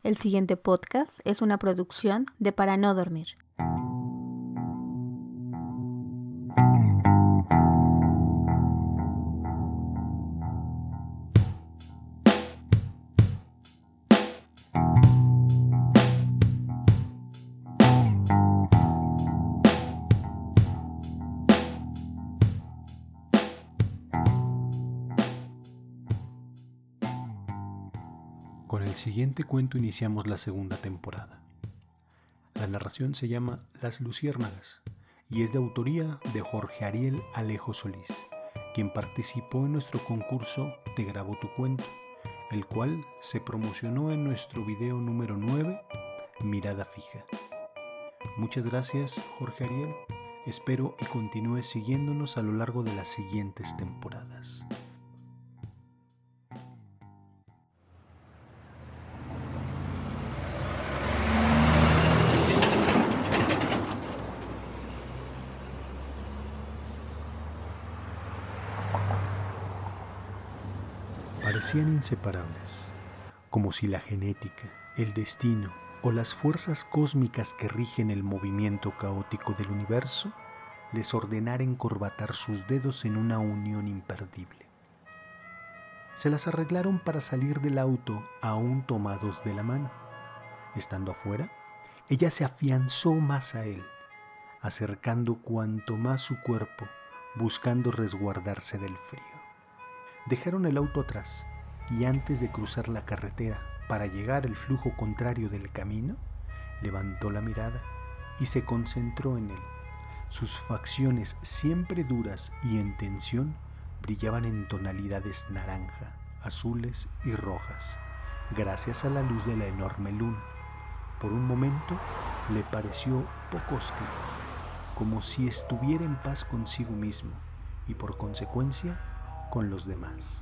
El siguiente podcast es una producción de Para No Dormir. Con el siguiente cuento iniciamos la segunda temporada. La narración se llama Las Luciérnagas y es de autoría de Jorge Ariel Alejo Solís, quien participó en nuestro concurso Te grabo tu cuento, el cual se promocionó en nuestro video número 9, Mirada Fija. Muchas gracias, Jorge Ariel. Espero y continúes siguiéndonos a lo largo de las siguientes temporadas. Parecían inseparables, como si la genética, el destino o las fuerzas cósmicas que rigen el movimiento caótico del universo les ordenara encorbatar sus dedos en una unión imperdible. Se las arreglaron para salir del auto aún tomados de la mano. Estando afuera, ella se afianzó más a él, acercando cuanto más su cuerpo, buscando resguardarse del frío. Dejaron el auto atrás y antes de cruzar la carretera para llegar al flujo contrario del camino, levantó la mirada y se concentró en él. Sus facciones, siempre duras y en tensión, brillaban en tonalidades naranja, azules y rojas, gracias a la luz de la enorme luna. Por un momento le pareció poco hostil, como si estuviera en paz consigo mismo y por consecuencia con los demás.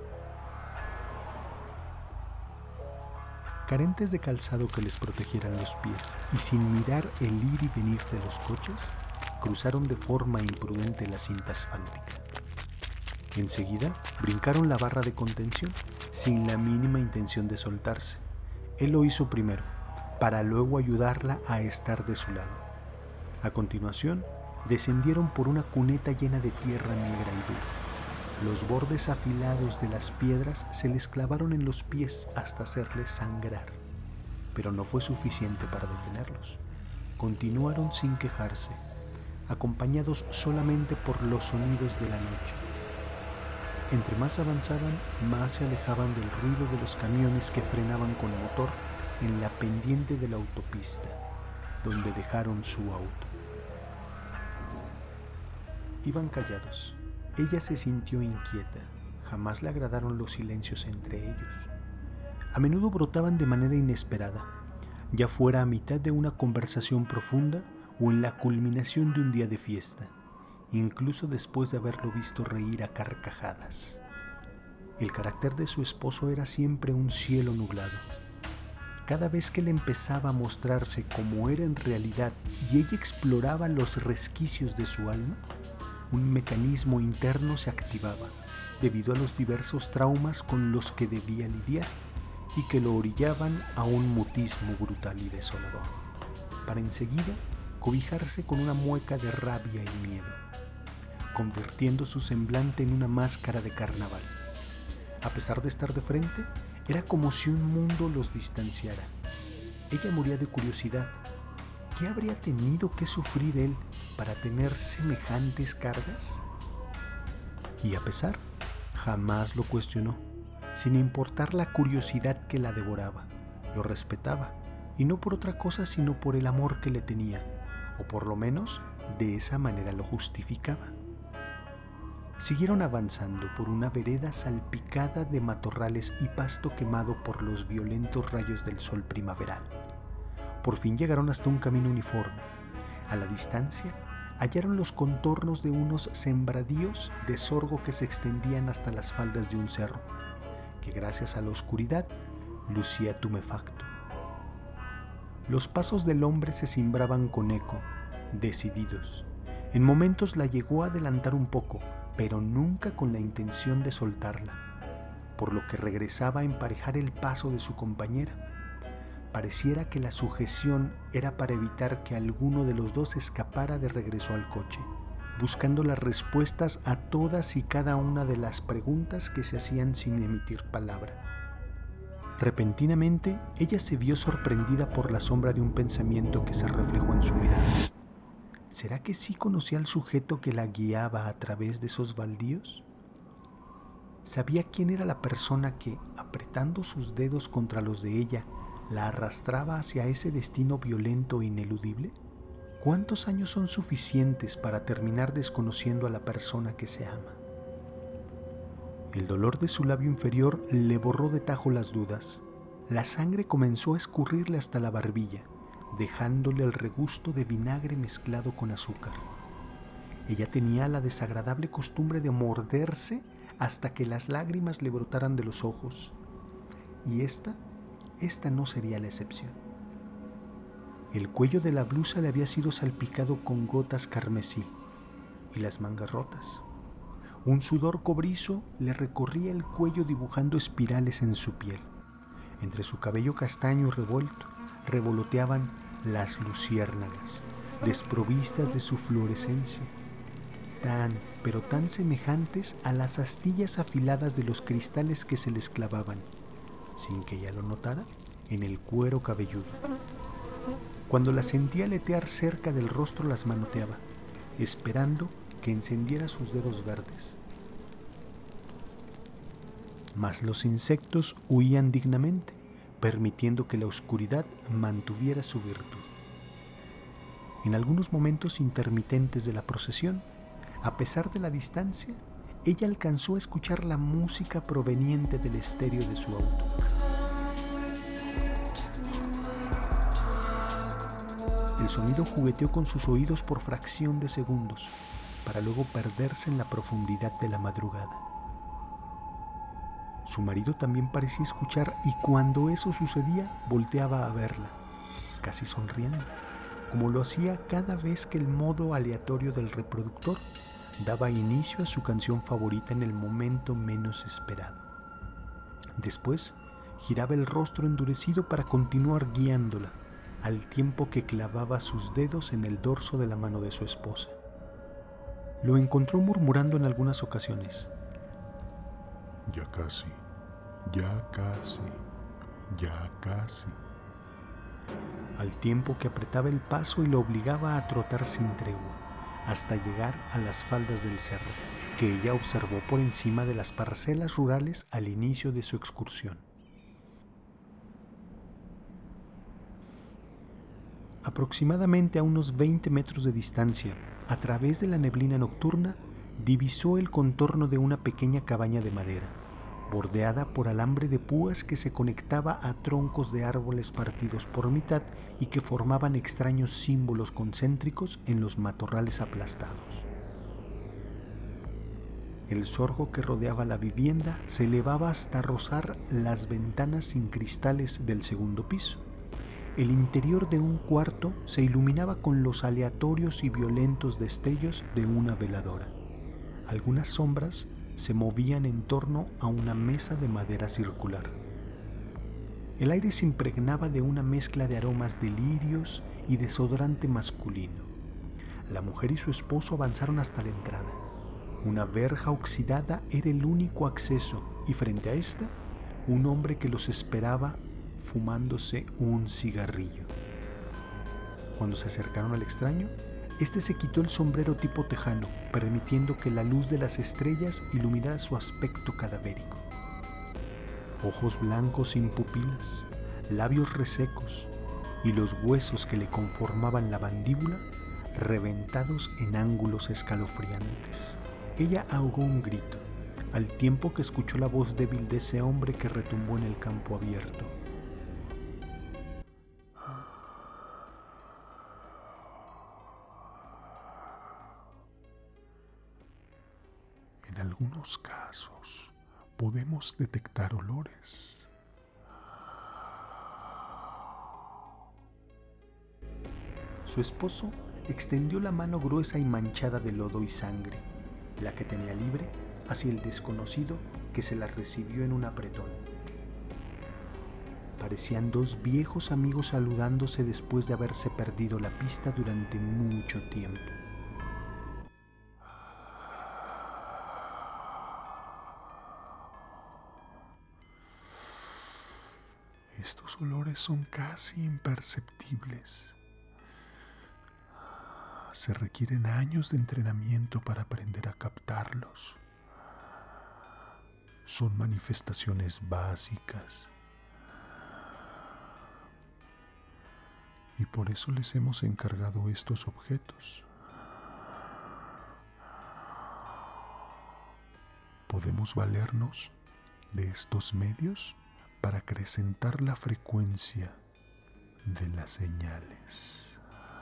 Carentes de calzado que les protegieran los pies y sin mirar el ir y venir de los coches, cruzaron de forma imprudente la cinta asfáltica. Enseguida brincaron la barra de contención sin la mínima intención de soltarse. Él lo hizo primero, para luego ayudarla a estar de su lado. A continuación, descendieron por una cuneta llena de tierra negra y dura. Los bordes afilados de las piedras se les clavaron en los pies hasta hacerles sangrar, pero no fue suficiente para detenerlos. Continuaron sin quejarse, acompañados solamente por los sonidos de la noche. Entre más avanzaban, más se alejaban del ruido de los camiones que frenaban con motor en la pendiente de la autopista, donde dejaron su auto. Iban callados. Ella se sintió inquieta, jamás le agradaron los silencios entre ellos. A menudo brotaban de manera inesperada, ya fuera a mitad de una conversación profunda o en la culminación de un día de fiesta, incluso después de haberlo visto reír a carcajadas. El carácter de su esposo era siempre un cielo nublado. Cada vez que él empezaba a mostrarse como era en realidad y ella exploraba los resquicios de su alma, un mecanismo interno se activaba debido a los diversos traumas con los que debía lidiar y que lo orillaban a un mutismo brutal y desolador, para enseguida cobijarse con una mueca de rabia y miedo, convirtiendo su semblante en una máscara de carnaval. A pesar de estar de frente, era como si un mundo los distanciara. Ella moría de curiosidad. ¿Qué habría tenido que sufrir él para tener semejantes cargas? Y a pesar, jamás lo cuestionó, sin importar la curiosidad que la devoraba. Lo respetaba, y no por otra cosa sino por el amor que le tenía, o por lo menos de esa manera lo justificaba. Siguieron avanzando por una vereda salpicada de matorrales y pasto quemado por los violentos rayos del sol primaveral. Por fin llegaron hasta un camino uniforme. A la distancia, hallaron los contornos de unos sembradíos de sorgo que se extendían hasta las faldas de un cerro, que gracias a la oscuridad lucía tumefacto. Los pasos del hombre se cimbraban con eco, decididos. En momentos la llegó a adelantar un poco, pero nunca con la intención de soltarla, por lo que regresaba a emparejar el paso de su compañera. Pareciera que la sujeción era para evitar que alguno de los dos escapara de regreso al coche, buscando las respuestas a todas y cada una de las preguntas que se hacían sin emitir palabra. Repentinamente, ella se vio sorprendida por la sombra de un pensamiento que se reflejó en su mirada. ¿Será que sí conocía al sujeto que la guiaba a través de esos baldíos? ¿Sabía quién era la persona que, apretando sus dedos contra los de ella, la arrastraba hacia ese destino violento e ineludible? ¿Cuántos años son suficientes para terminar desconociendo a la persona que se ama? El dolor de su labio inferior le borró de tajo las dudas. La sangre comenzó a escurrirle hasta la barbilla, dejándole el regusto de vinagre mezclado con azúcar. Ella tenía la desagradable costumbre de morderse hasta que las lágrimas le brotaran de los ojos. Y esta no sería la excepción. El cuello de la blusa le había sido salpicado con gotas carmesí y las mangas rotas. Un sudor cobrizo le recorría el cuello dibujando espirales en su piel. Entre su cabello castaño y revuelto revoloteaban las luciérnagas, desprovistas de su fluorescencia, pero tan semejantes a las astillas afiladas de los cristales que se les clavaban, sin que ella lo notara, en el cuero cabelludo. Cuando las sentía aletear cerca del rostro, las manoteaba, esperando que encendiera sus dedos verdes. Mas los insectos huían dignamente, permitiendo que la oscuridad mantuviera su virtud. En algunos momentos intermitentes de la procesión, a pesar de la distancia, ella alcanzó a escuchar la música proveniente del estéreo de su auto. El sonido jugueteó con sus oídos por fracción de segundos, para luego perderse en la profundidad de la madrugada. Su marido también parecía escuchar, y cuando eso sucedía, volteaba a verla, casi sonriendo, como lo hacía cada vez que el modo aleatorio del reproductor daba inicio a su canción favorita en el momento menos esperado. Después, giraba el rostro endurecido para continuar guiándola, al tiempo que clavaba sus dedos en el dorso de la mano de su esposa. Lo encontró murmurando en algunas ocasiones: ya casi, ya casi, ya casi. Al tiempo que apretaba el paso y lo obligaba a trotar sin tregua, hasta llegar a las faldas del cerro, que ella observó por encima de las parcelas rurales al inicio de su excursión. Aproximadamente a unos 20 metros de distancia, a través de la neblina nocturna, divisó el contorno de una pequeña cabaña de madera, bordeada por alambre de púas que se conectaba a troncos de árboles partidos por mitad y que formaban extraños símbolos concéntricos en los matorrales aplastados. El sorgo que rodeaba la vivienda se elevaba hasta rozar las ventanas sin cristales del segundo piso. El interior de un cuarto se iluminaba con los aleatorios y violentos destellos de una veladora. Algunas sombras se movían en torno a una mesa de madera circular. El aire se impregnaba de una mezcla de aromas de lirios y desodorante masculino. La mujer y su esposo avanzaron hasta la entrada. Una verja oxidada era el único acceso, y frente a esta, un hombre que los esperaba fumándose un cigarrillo. Cuando se acercaron al extraño, este se quitó el sombrero tipo tejano, permitiendo que la luz de las estrellas iluminara su aspecto cadavérico. Ojos blancos sin pupilas, labios resecos y los huesos que le conformaban la mandíbula reventados en ángulos escalofriantes. Ella ahogó un grito, al tiempo que escuchó la voz débil de ese hombre que retumbó en el campo abierto. En algunos casos podemos detectar olores. Su esposo extendió la mano gruesa y manchada de lodo y sangre, la que tenía libre, hacia el desconocido que se la recibió en un apretón. Parecían dos viejos amigos saludándose después de haberse perdido la pista durante mucho tiempo. Estos olores son casi imperceptibles. Se requieren años de entrenamiento para aprender a captarlos. Son manifestaciones básicas. Y por eso les hemos encargado estos objetos. Podemos valernos de estos medios para acrecentar la frecuencia de las señales.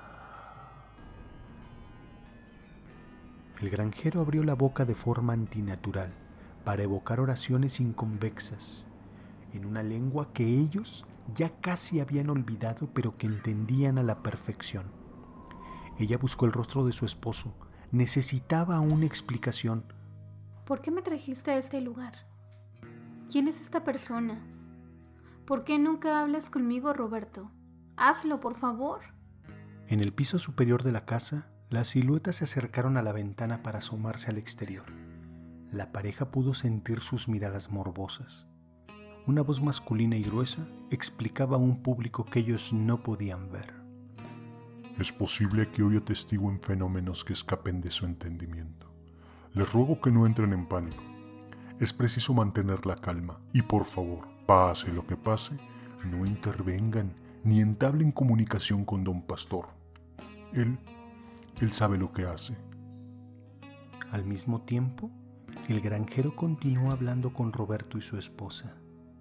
El granjero abrió la boca de forma antinatural para evocar oraciones inconvexas, en una lengua que ellos ya casi habían olvidado, pero que entendían a la perfección. Ella buscó el rostro de su esposo. Necesitaba una explicación. ¿Por qué me trajiste a este lugar? ¿Quién es esta persona? ¿Por qué nunca hablas conmigo, Roberto? Hazlo, por favor. En el piso superior de la casa, las siluetas se acercaron a la ventana para asomarse al exterior. La pareja pudo sentir sus miradas morbosas. Una voz masculina y gruesa explicaba a un público que ellos no podían ver. Es posible que hoy atestiguen fenómenos que escapen de su entendimiento. Les ruego que no entren en pánico. Es preciso mantener la calma y, por favor, pase lo que pase, no intervengan ni entablen comunicación con don Pastor. Él sabe lo que hace. Al mismo tiempo, el granjero continuó hablando con Roberto y su esposa.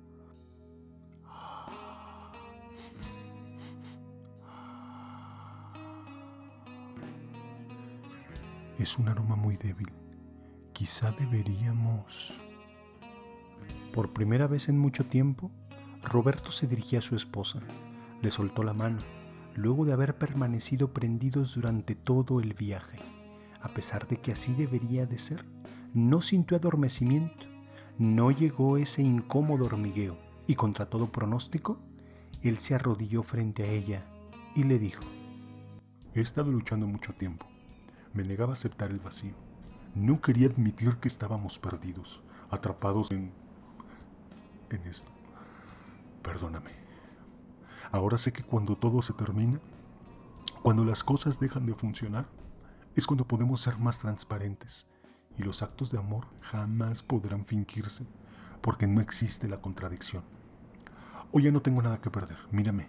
Es un aroma muy débil. Quizá deberíamos... Por primera vez en mucho tiempo, Roberto se dirigía a su esposa. Le soltó la mano, luego de haber permanecido prendidos durante todo el viaje. A pesar de que así debería de ser, no sintió adormecimiento. No llegó ese incómodo hormigueo, y contra todo pronóstico, él se arrodilló frente a ella y le dijo: he estado luchando mucho tiempo. Me negaba a aceptar el vacío. No quería admitir que estábamos perdidos, atrapados en esto. Perdóname. Ahora sé que cuando todo se termina, cuando las cosas dejan de funcionar, es cuando podemos ser más transparentes y los actos de amor jamás podrán fingirse, porque no existe la contradicción. Hoy ya no tengo nada que perder. Mírame.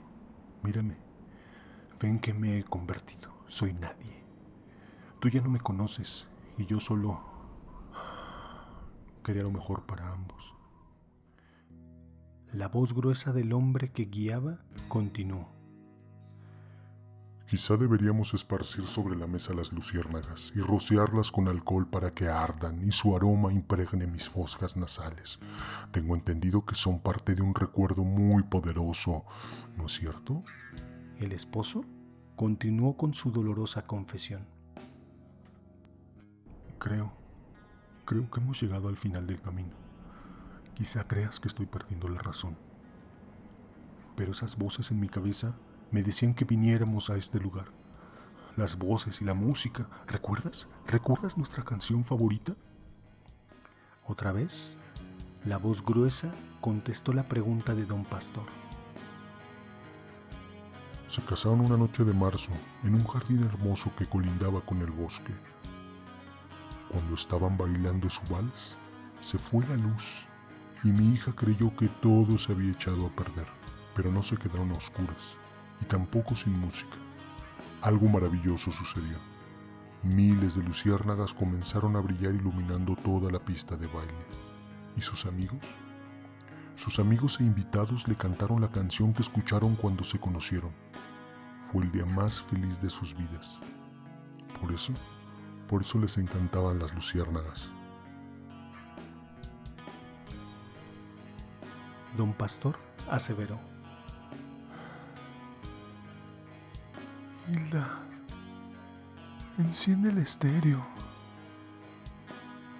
Ven que me he convertido. Soy nadie. Tú ya no me conoces y yo solo quería lo mejor para ambos. La voz gruesa del hombre que guiaba continuó: Quizá deberíamos esparcir sobre la mesa las luciérnagas y rociarlas con alcohol para que ardan y su aroma impregne mis fosas nasales. Tengo entendido que son parte de un recuerdo muy poderoso, ¿no es cierto? El esposo continuó con su dolorosa confesión. Creo que hemos llegado al final del camino. Quizá creas que estoy perdiendo la razón. Pero esas voces en mi cabeza me decían que viniéramos a este lugar. Las voces y la música. ¿Recuerdas? ¿Recuerdas nuestra canción favorita? Otra vez, la voz gruesa contestó la pregunta de don Pastor. Se casaron una noche de marzo en un jardín hermoso que colindaba con el bosque. Cuando estaban bailando su vals, se fue la luz y mi hija creyó que todo se había echado a perder, pero no se quedaron a oscuras y tampoco sin música. Algo maravilloso sucedió. Miles de luciérnagas comenzaron a brillar iluminando toda la pista de baile. ¿Y sus amigos? Sus amigos e invitados le cantaron la canción que escucharon cuando se conocieron. Fue el día más feliz de sus vidas. Por eso les encantaban las luciérnagas. Don Pastor aseveró: Hilda, enciende el estéreo.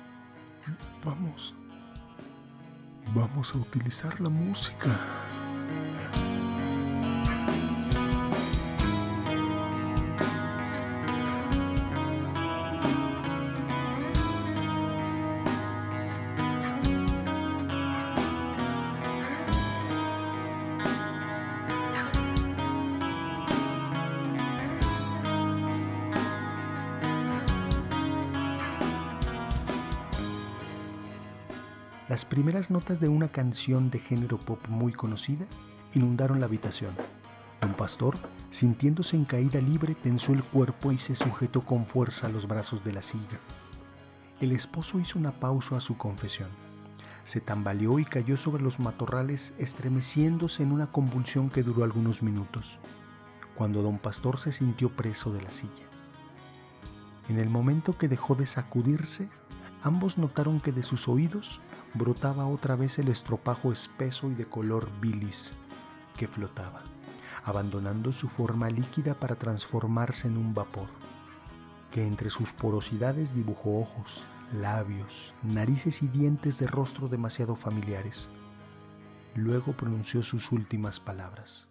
Vamos a utilizar la música. Las primeras notas de una canción de género pop muy conocida inundaron la habitación. Don Pastor, sintiéndose en caída libre, tensó el cuerpo y se sujetó con fuerza a los brazos de la silla. El esposo hizo una pausa a su confesión. Se tambaleó y cayó sobre los matorrales, estremeciéndose en una convulsión que duró algunos minutos, cuando don Pastor se sintió preso de la silla. En el momento que dejó de sacudirse, ambos notaron que de sus oídos brotaba otra vez el estropajo espeso y de color bilis que flotaba, abandonando su forma líquida para transformarse en un vapor, que entre sus porosidades dibujó ojos, labios, narices y dientes de rostro demasiado familiares. Luego pronunció sus últimas palabras.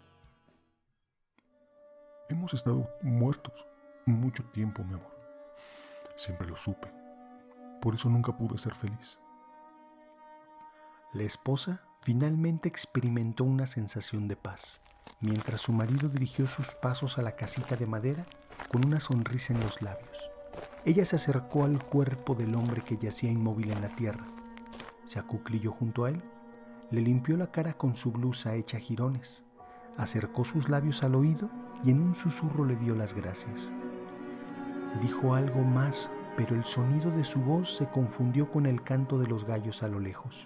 Hemos estado muertos mucho tiempo, mi amor. Siempre lo supe. Por eso nunca pude ser feliz. La esposa finalmente experimentó una sensación de paz, mientras su marido dirigió sus pasos a la casita de madera con una sonrisa en los labios. Ella se acercó al cuerpo del hombre que yacía inmóvil en la tierra. Se acuclilló junto a él, le limpió la cara con su blusa hecha jirones, acercó sus labios al oído y en un susurro le dio las gracias. Dijo algo más, pero el sonido de su voz se confundió con el canto de los gallos a lo lejos.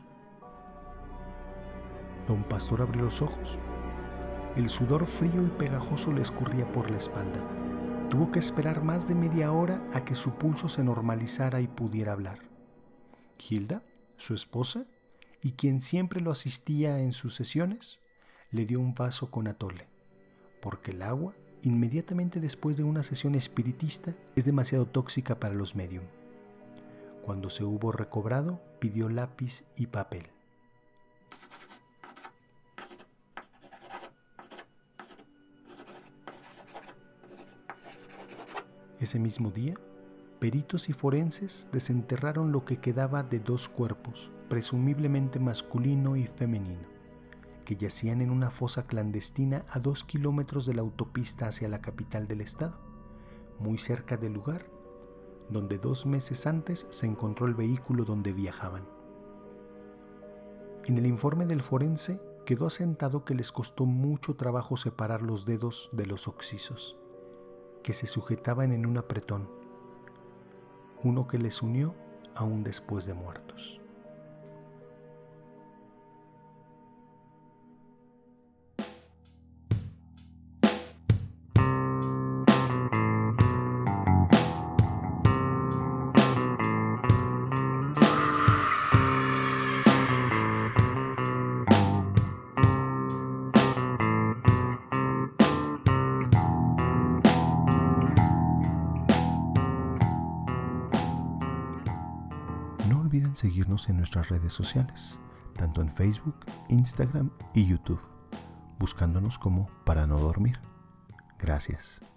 Don Pastor abrió los ojos. El sudor frío y pegajoso le escurría por la espalda. Tuvo que esperar más de media hora a que su pulso se normalizara y pudiera hablar. Hilda, su esposa, y quien siempre lo asistía en sus sesiones, le dio un vaso con atole, porque el agua, inmediatamente después de una sesión espiritista, es demasiado tóxica para los médium. Cuando se hubo recobrado, pidió lápiz y papel. Ese mismo día, peritos y forenses desenterraron lo que quedaba de dos cuerpos, presumiblemente masculino y femenino, que yacían en una fosa clandestina a 2 kilómetros de la autopista hacia la capital del estado, muy cerca del lugar donde 2 meses antes se encontró el vehículo donde viajaban. En el informe del forense quedó asentado que les costó mucho trabajo separar los dedos de los occisos, que se sujetaban en un apretón, uno que les unió aún después de muertos. No olviden seguirnos en nuestras redes sociales, tanto en Facebook, Instagram y YouTube, buscándonos como Para No Dormir. Gracias.